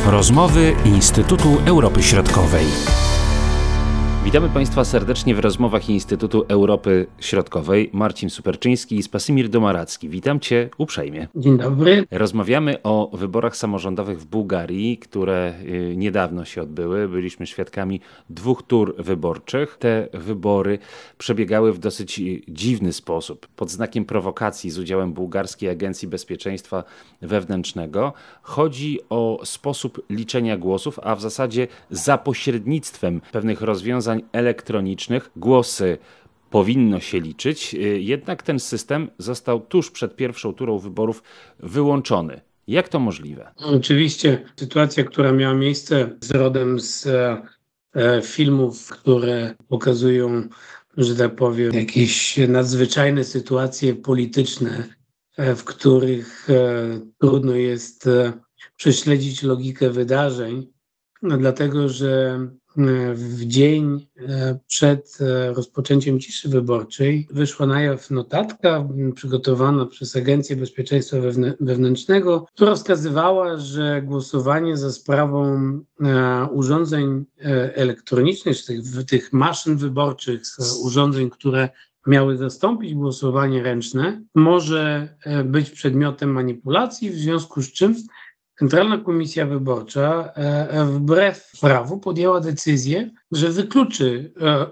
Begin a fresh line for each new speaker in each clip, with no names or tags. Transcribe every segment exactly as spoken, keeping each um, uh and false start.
Rozmowy Instytutu Europy Środkowej. Witamy Państwa serdecznie w rozmowach Instytutu Europy Środkowej. Marcin Superczyński i Spasimir Domaracki. Witam Cię uprzejmie.
Dzień dobry.
Rozmawiamy o wyborach samorządowych w Bułgarii, które niedawno się odbyły. Byliśmy świadkami dwóch tur wyborczych. Te wybory przebiegały w dosyć dziwny sposób, pod znakiem prowokacji z udziałem Bułgarskiej Agencji Bezpieczeństwa Wewnętrznego. Chodzi o sposób liczenia głosów, a w zasadzie za pośrednictwem pewnych rozwiązań elektronicznych głosy powinno się liczyć, jednak ten system został tuż przed pierwszą turą wyborów wyłączony. Jak to możliwe?
Oczywiście sytuacja, która miała miejsce, z rodem z e, filmów, które pokazują, że tak powiem, jakieś nadzwyczajne sytuacje polityczne, e, w których e, trudno jest e, prześledzić logikę wydarzeń, no, dlatego że w dzień przed rozpoczęciem ciszy wyborczej wyszła na jaw notatka przygotowana przez Agencję Bezpieczeństwa Wewnętrznego, która wskazywała, że głosowanie za sprawą urządzeń elektronicznych, czy tych, tych maszyn wyborczych, urządzeń, które miały zastąpić głosowanie ręczne, może być przedmiotem manipulacji, w związku z czym Centralna Komisja Wyborcza wbrew prawu podjęła decyzję, że wykluczy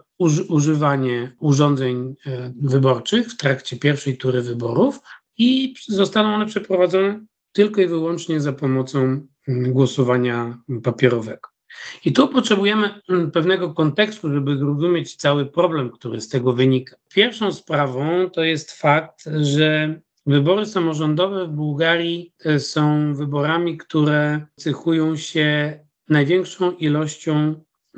używanie urządzeń wyborczych w trakcie pierwszej tury wyborów i zostaną one przeprowadzone tylko i wyłącznie za pomocą głosowania papierowego. I tu potrzebujemy pewnego kontekstu, żeby zrozumieć cały problem, który z tego wynika. Pierwszą sprawą to jest fakt, że wybory samorządowe w Bułgarii są wyborami, które cechują się największą ilością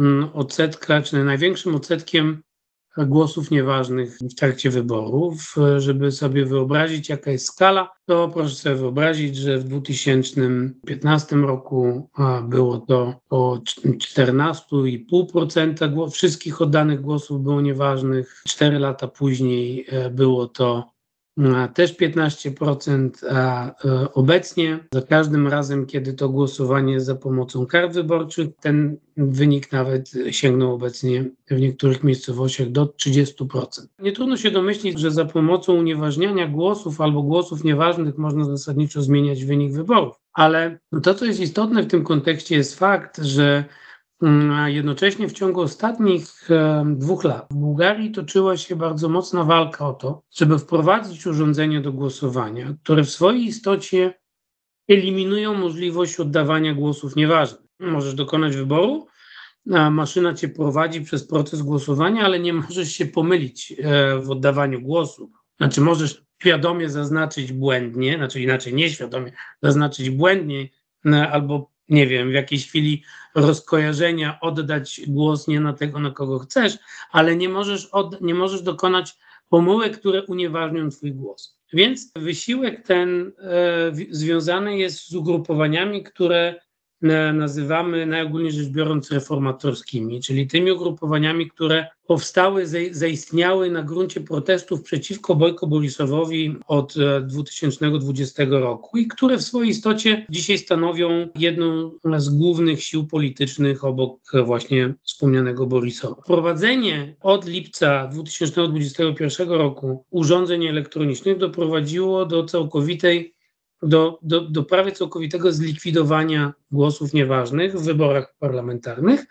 odsetka, czy największym odsetkiem głosów nieważnych w trakcie wyborów. Żeby sobie wyobrazić, jaka jest skala, to proszę sobie wyobrazić, że w dwa tysiące piętnastym roku było to o czternaście i pół procent wszystkich oddanych głosów było nieważnych. Cztery lata później było to też piętnaście procent, a obecnie za każdym razem, kiedy to głosowanie za pomocą kart wyborczych, ten wynik nawet sięgnął obecnie w niektórych miejscowościach do trzydzieści procent. Nie trudno się domyślić, że za pomocą unieważniania głosów albo głosów nieważnych można zasadniczo zmieniać wynik wyborów. Ale to, co jest istotne w tym kontekście, jest fakt, że jednocześnie w ciągu ostatnich e, dwóch lat w Bułgarii toczyła się bardzo mocna walka o to, żeby wprowadzić urządzenia do głosowania, które w swojej istocie eliminują możliwość oddawania głosów nieważnych. Możesz dokonać wyboru, a maszyna cię prowadzi przez proces głosowania, ale nie możesz się pomylić e, w oddawaniu głosu. Znaczy możesz świadomie zaznaczyć błędnie, znaczy inaczej nieświadomie zaznaczyć błędnie e, albo nie wiem, w jakiejś chwili rozkojarzenia oddać głos nie na tego, na kogo chcesz, ale nie możesz, od, nie możesz dokonać pomyłek, które unieważnią twój głos. Więc wysiłek ten e, związany jest z ugrupowaniami, które e, nazywamy najogólniej rzecz biorąc reformatorskimi, czyli tymi ugrupowaniami, które powstały, zaistniały na gruncie protestów przeciwko Bojko Borisowowi od dwa tysiące dwudziestego roku i które w swojej istocie dzisiaj stanowią jedną z głównych sił politycznych obok właśnie wspomnianego Borisowa. Wprowadzenie od lipca dwa tysiące dwudziestego pierwszego roku urządzeń elektronicznych doprowadziło do całkowitej Do, do, do prawie całkowitego zlikwidowania głosów nieważnych w wyborach parlamentarnych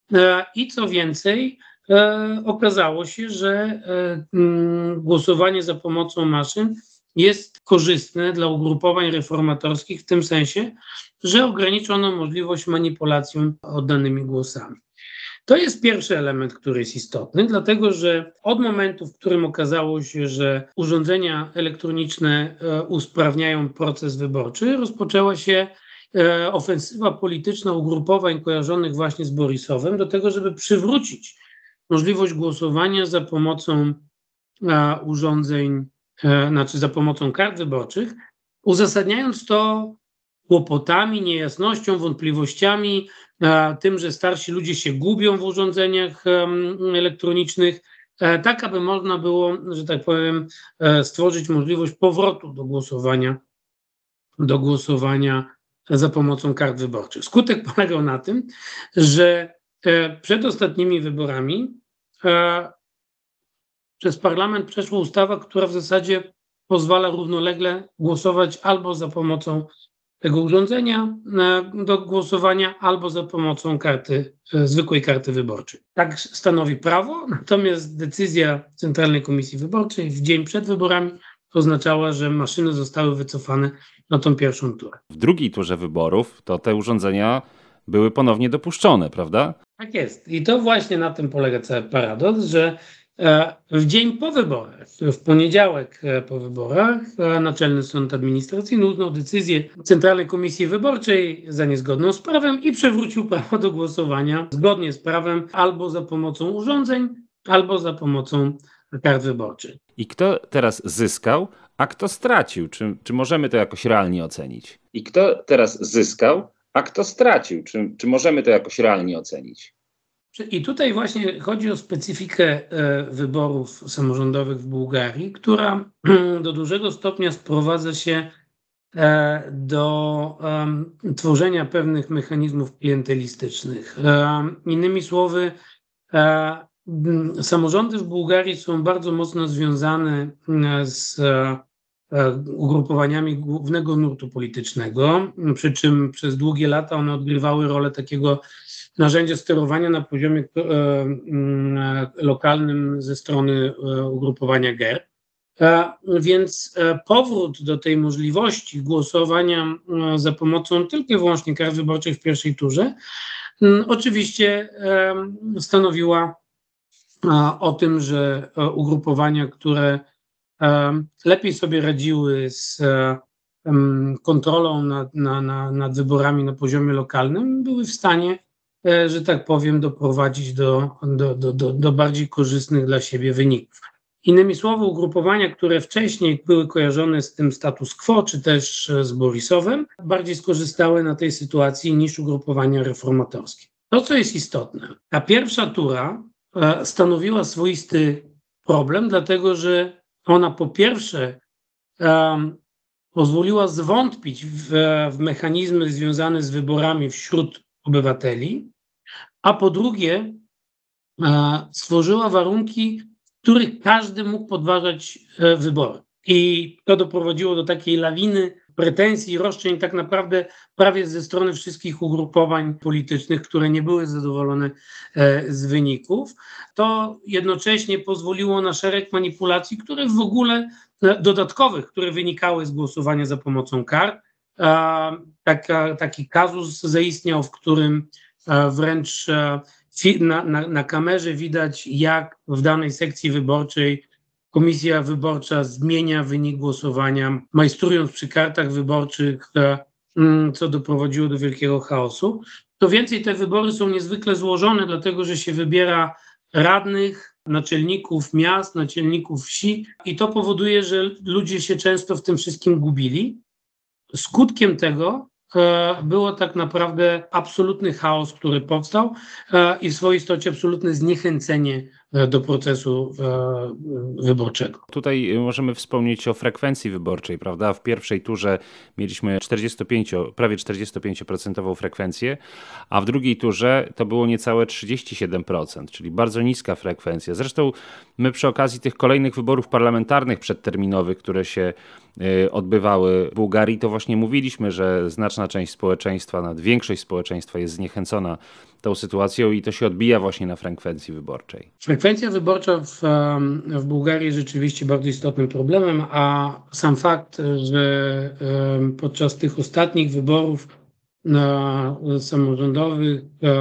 i co więcej, E, okazało się, że e, m, głosowanie za pomocą maszyn jest korzystne dla ugrupowań reformatorskich w tym sensie, że ograniczono możliwość manipulacji oddanymi głosami. To jest pierwszy element, który jest istotny, dlatego że od momentu, w którym okazało się, że urządzenia elektroniczne e, usprawniają proces wyborczy, rozpoczęła się e, ofensywa polityczna ugrupowań kojarzonych właśnie z Borisowem do tego, żeby przywrócić możliwość głosowania za pomocą a, urządzeń, e, znaczy za pomocą kart wyborczych, uzasadniając to kłopotami, niejasnością, wątpliwościami, a, tym, że starsi ludzie się gubią w urządzeniach e, elektronicznych, e, tak aby można było, że tak powiem, e, stworzyć możliwość powrotu do głosowania, do głosowania za pomocą kart wyborczych. Skutek polegał na tym, że przed ostatnimi wyborami przez parlament przeszła ustawa, która w zasadzie pozwala równolegle głosować albo za pomocą tego urządzenia do głosowania, albo za pomocą karty, zwykłej karty wyborczej. Tak stanowi prawo, natomiast decyzja Centralnej Komisji Wyborczej w dzień przed wyborami oznaczała, że maszyny zostały wycofane na tą pierwszą turę.
W drugiej turze wyborów to te urządzenia były ponownie dopuszczone, prawda?
Tak jest. I to właśnie na tym polega cały paradoks, że w dzień po wyborach, w poniedziałek po wyborach, Naczelny Sąd Administracyjny uznał decyzję Centralnej Komisji Wyborczej za niezgodną z prawem i przywrócił prawo do głosowania zgodnie z prawem albo za pomocą urządzeń, albo za pomocą kart wyborczych.
I kto teraz zyskał, a kto stracił? Czy, czy możemy to jakoś realnie ocenić? I kto teraz zyskał, a kto stracił? Czy, czy możemy to jakoś realnie ocenić?
I tutaj właśnie chodzi o specyfikę wyborów samorządowych w Bułgarii, która do dużego stopnia sprowadza się do tworzenia pewnych mechanizmów klientelistycznych. Innymi słowy, samorządy w Bułgarii są bardzo mocno związane z ugrupowaniami głównego nurtu politycznego, przy czym przez długie lata one odgrywały rolę takiego narzędzia sterowania na poziomie e, e, lokalnym ze strony e, ugrupowania G E R. E, więc e, powrót do tej możliwości głosowania e, za pomocą tylko i wyłącznie kart wyborczych w pierwszej turze m, oczywiście e, stanowiła e, o tym, że e, ugrupowania, które e, lepiej sobie radziły z e, kontrolą nad, na, na, nad wyborami na poziomie lokalnym, były w stanie, że tak powiem, doprowadzić do, do, do, do, do bardziej korzystnych dla siebie wyników. Innymi słowy, ugrupowania, które wcześniej były kojarzone z tym status quo, czy też z Borisowem, bardziej skorzystały na tej sytuacji niż ugrupowania reformatorskie. To, co jest istotne, ta pierwsza tura stanowiła swoisty problem, dlatego że ona po pierwsze um, pozwoliła zwątpić w, w mechanizmy związane z wyborami wśród obywateli, a po drugie e, stworzyła warunki, w których każdy mógł podważać e, wybory. I to doprowadziło do takiej lawiny pretensji i roszczeń tak naprawdę prawie ze strony wszystkich ugrupowań politycznych, które nie były zadowolone e, z wyników. To jednocześnie pozwoliło na szereg manipulacji, które w ogóle e, dodatkowych, które wynikały z głosowania za pomocą kart. E, taka, taki kazus zaistniał, w którym e, wręcz e, fi, na, na, na kamerze widać, jak w danej sekcji wyborczej komisja wyborcza zmienia wynik głosowania, majstrując przy kartach wyborczych, e, m, co doprowadziło do wielkiego chaosu. To więcej, te wybory są niezwykle złożone, dlatego że się wybiera radnych, naczelników miast, naczelników wsi i to powoduje, że ludzie się często w tym wszystkim gubili. Skutkiem tego e, było tak naprawdę absolutny chaos, który powstał e, i w swojej istocie absolutne zniechęcenie e, do procesu e, wyborczego.
Tutaj możemy wspomnieć o frekwencji wyborczej, prawda? W pierwszej turze mieliśmy czterdzieści pięć, prawie czterdzieści pięć procent frekwencję, a w drugiej turze to było niecałe trzydzieści siedem procent, czyli bardzo niska frekwencja. Zresztą my przy okazji tych kolejnych wyborów parlamentarnych przedterminowych, które się odbywały w Bułgarii, to właśnie mówiliśmy, że znaczna część społeczeństwa, nawet większość społeczeństwa jest zniechęcona tą sytuacją i to się odbija właśnie na frekwencji wyborczej.
Frekwencja wyborcza w, w Bułgarii jest rzeczywiście bardzo istotnym problemem, a sam fakt, że podczas tych ostatnich wyborów samorządowych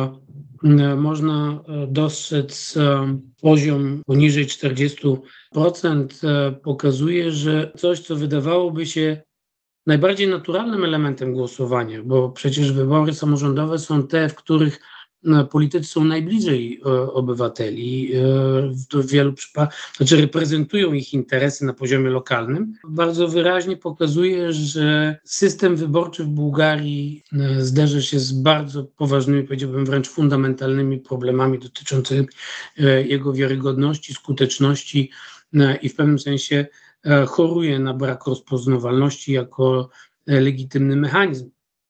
można dostrzec poziom poniżej czterdzieści procent, pokazuje, że coś, co wydawałoby się najbardziej naturalnym elementem głosowania, bo przecież wybory samorządowe są te, w których politycy są najbliżej obywateli, w wielu przypadkach, znaczy reprezentują ich interesy na poziomie lokalnym, bardzo wyraźnie pokazuje, że system wyborczy w Bułgarii zderzy się z bardzo poważnymi, powiedziałbym wręcz fundamentalnymi problemami dotyczącymi jego wiarygodności, skuteczności i w pewnym sensie choruje na brak rozpoznawalności jako legitymny mechanizm.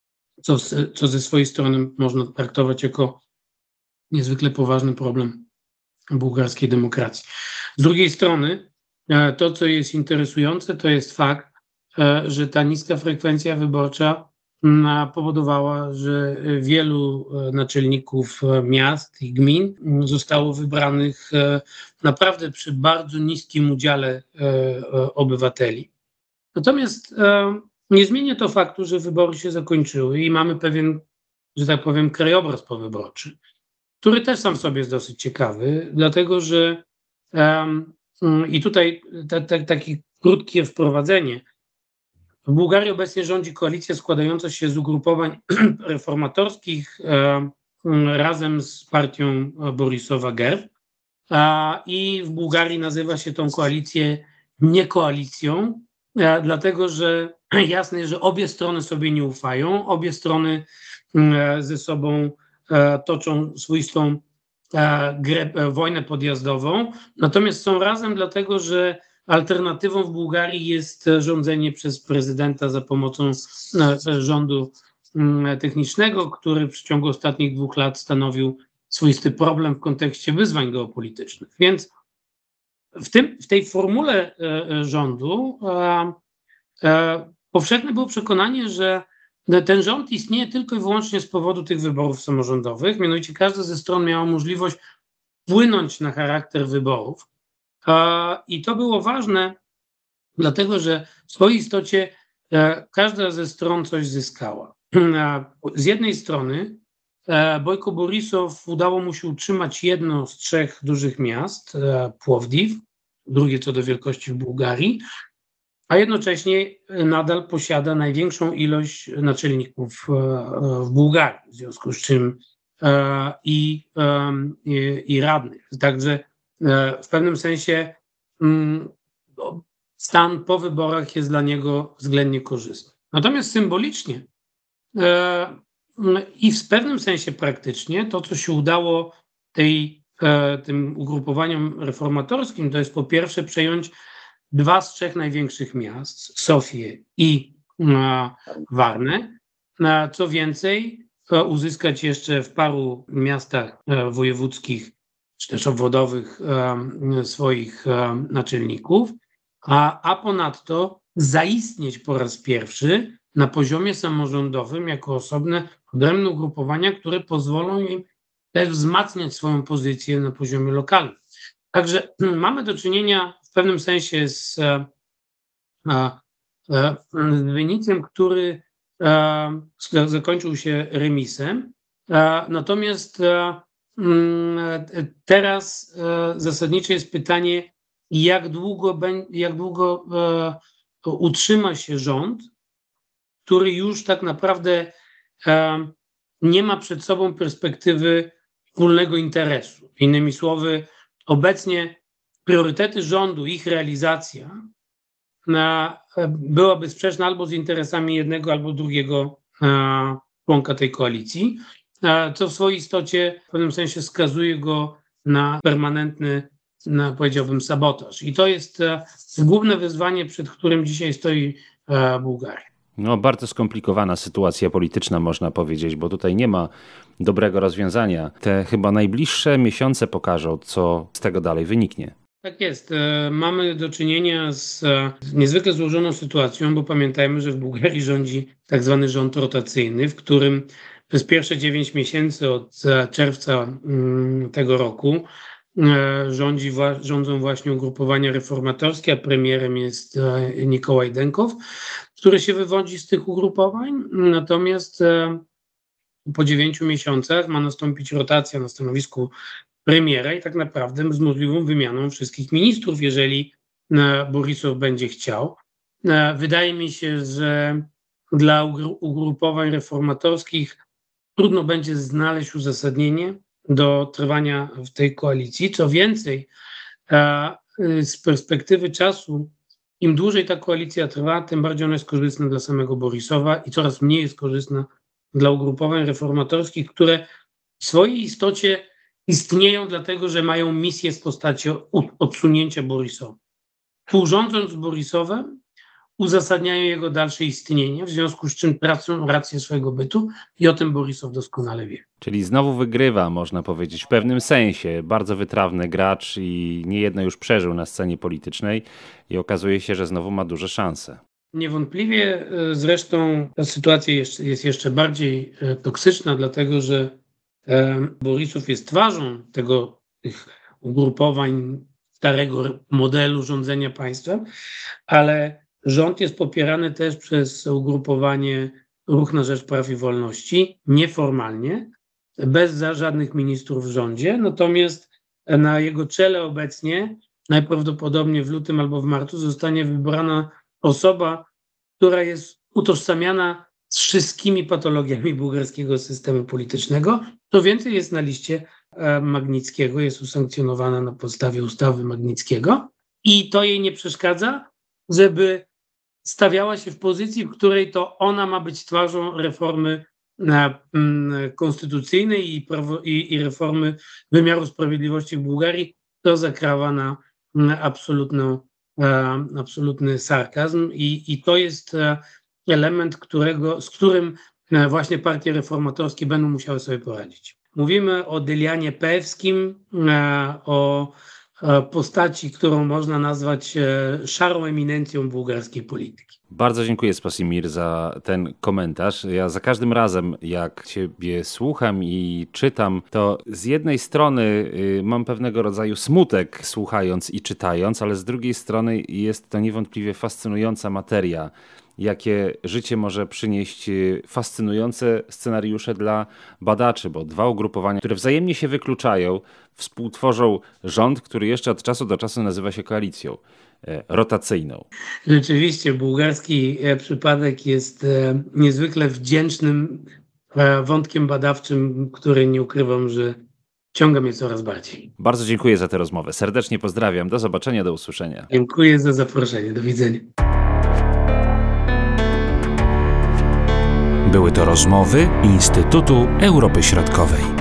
co, co ze swojej strony można traktować jako niezwykle poważny problem bułgarskiej demokracji. Z drugiej strony, to, co jest interesujące, to jest fakt, że ta niska frekwencja wyborcza powodowała, że wielu naczelników miast i gmin zostało wybranych naprawdę przy bardzo niskim udziale obywateli. Natomiast nie zmienia to faktu, że wybory się zakończyły i mamy pewien, że tak powiem, krajobraz powyborczy, który też sam w sobie jest dosyć ciekawy, dlatego że um, i tutaj te, te, takie krótkie wprowadzenie. W Bułgarii obecnie rządzi koalicja składająca się z ugrupowań reformatorskich um, razem z partią Borisowa Gerb, a, i w Bułgarii nazywa się tą koalicję niekoalicją, a, dlatego że jasne jest, że obie strony sobie nie ufają, obie strony a, ze sobą toczą swoistą grę, wojnę podjazdową, natomiast są razem dlatego, że alternatywą w Bułgarii jest rządzenie przez prezydenta za pomocą rządu technicznego, który w ciągu ostatnich dwóch lat stanowił swoisty problem w kontekście wyzwań geopolitycznych. Więc w, tym, w tej formule rządu powszechne było przekonanie, że ten rząd istnieje tylko i wyłącznie z powodu tych wyborów samorządowych, mianowicie każda ze stron miała możliwość wpłynąć na charakter wyborów. I to było ważne, dlatego że w swojej istocie każda ze stron coś zyskała. Z jednej strony Bojko Borisow udało mu się utrzymać jedno z trzech dużych miast, Płowdiw, drugie co do wielkości w Bułgarii, a jednocześnie nadal posiada największą ilość naczelników w Bułgarii, w związku z czym i, i, i radnych. Także w pewnym sensie stan po wyborach jest dla niego względnie korzystny. Natomiast symbolicznie i w pewnym sensie praktycznie to, co się udało tej, tym ugrupowaniom reformatorskim, to jest po pierwsze przejąć dwa z trzech największych miast, Sofię i Warnę. Co więcej, uzyskać jeszcze w paru miastach wojewódzkich czy też obwodowych swoich naczelników, a, a ponadto zaistnieć po raz pierwszy na poziomie samorządowym jako osobne, odrębne ugrupowania, które pozwolą im też wzmacniać swoją pozycję na poziomie lokalnym. Także mamy do czynienia w pewnym sensie z, a, a, z wynikiem, który a, zakończył się remisem, a, natomiast a, teraz a, zasadnicze jest pytanie, jak długo, jak długo a, utrzyma się rząd, który już tak naprawdę a, nie ma przed sobą perspektywy wspólnego interesu. Innymi słowy, obecnie priorytety rządu, ich realizacja na, byłaby sprzeczna albo z interesami jednego, albo drugiego a, członka tej koalicji, a, co w swojej istocie w pewnym sensie skazuje go na permanentny, na, powiedziałbym, sabotaż. I to jest a, główne wyzwanie, przed którym dzisiaj stoi a, Bułgaria.
No, bardzo skomplikowana sytuacja polityczna, można powiedzieć, bo tutaj nie ma dobrego rozwiązania. Te chyba najbliższe miesiące pokażą, co z tego dalej wyniknie.
Tak jest. Mamy do czynienia z niezwykle złożoną sytuacją, bo pamiętajmy, że w Bułgarii rządzi tak zwany rząd rotacyjny, w którym przez pierwsze dziewięć miesięcy od czerwca tego roku rządzi, rządzą właśnie ugrupowania reformatorskie, a premierem jest Nikołaj Denkow, który się wywodzi z tych ugrupowań. Natomiast po dziewięciu miesiącach ma nastąpić rotacja na stanowisku premiera i tak naprawdę z możliwą wymianą wszystkich ministrów, jeżeli Borisow będzie chciał. Wydaje mi się, że dla ugrupowań reformatorskich trudno będzie znaleźć uzasadnienie do trwania w tej koalicji. Co więcej, z perspektywy czasu, im dłużej ta koalicja trwa, tym bardziej ona jest korzystna dla samego Borisowa i coraz mniej jest korzystna dla ugrupowań reformatorskich, które w swojej istocie istnieją dlatego, że mają misję w postaci odsunięcia Borisowa. Współrządząc z Borisowem, uzasadniają jego dalsze istnienie, w związku z czym tracą rację swojego bytu i o tym Borisow doskonale wie.
Czyli znowu wygrywa, można powiedzieć, w pewnym sensie. Bardzo wytrawny gracz i niejedno już przeżył na scenie politycznej i okazuje się, że znowu ma duże szanse.
Niewątpliwie zresztą ta sytuacja jest jeszcze bardziej toksyczna, dlatego że Borisow jest twarzą tego, tych ugrupowań starego modelu rządzenia państwem, ale rząd jest popierany też przez ugrupowanie Ruch na Rzecz Praw i Wolności, nieformalnie, bez żadnych ministrów w rządzie, natomiast na jego czele obecnie, najprawdopodobniej w lutym albo w marcu, zostanie wybrana osoba, która jest utożsamiana z wszystkimi patologiami bułgarskiego systemu politycznego. To więcej, jest na liście Magnickiego, jest usankcjonowana na podstawie ustawy Magnickiego i to jej nie przeszkadza, żeby stawiała się w pozycji, w której to ona ma być twarzą reformy konstytucyjnej i, prawo, i, i reformy wymiaru sprawiedliwości w Bułgarii. To zakrawa na absolutną, absolutny sarkazm i, i to jest element, którego, z którym właśnie partie reformatorskie będą musiały sobie poradzić. Mówimy o Delianie Peewskim, o postaci, którą można nazwać szarą eminencją bułgarskiej polityki.
Bardzo dziękuję, Spasimir, za ten komentarz. Ja za każdym razem, jak ciebie słucham i czytam, to z jednej strony mam pewnego rodzaju smutek słuchając i czytając, ale z drugiej strony jest to niewątpliwie fascynująca materia, jakie życie może przynieść fascynujące scenariusze dla badaczy, bo dwa ugrupowania, które wzajemnie się wykluczają, współtworzą rząd, który jeszcze od czasu do czasu nazywa się koalicją rotacyjną.
Rzeczywiście bułgarski przypadek jest niezwykle wdzięcznym wątkiem badawczym, który nie ukrywam, że ciąga mnie coraz bardziej.
Bardzo dziękuję za tę rozmowę. Serdecznie pozdrawiam. Do zobaczenia, do usłyszenia.
Dziękuję za zaproszenie. Do widzenia.
Były to rozmowy Instytutu Europy Środkowej.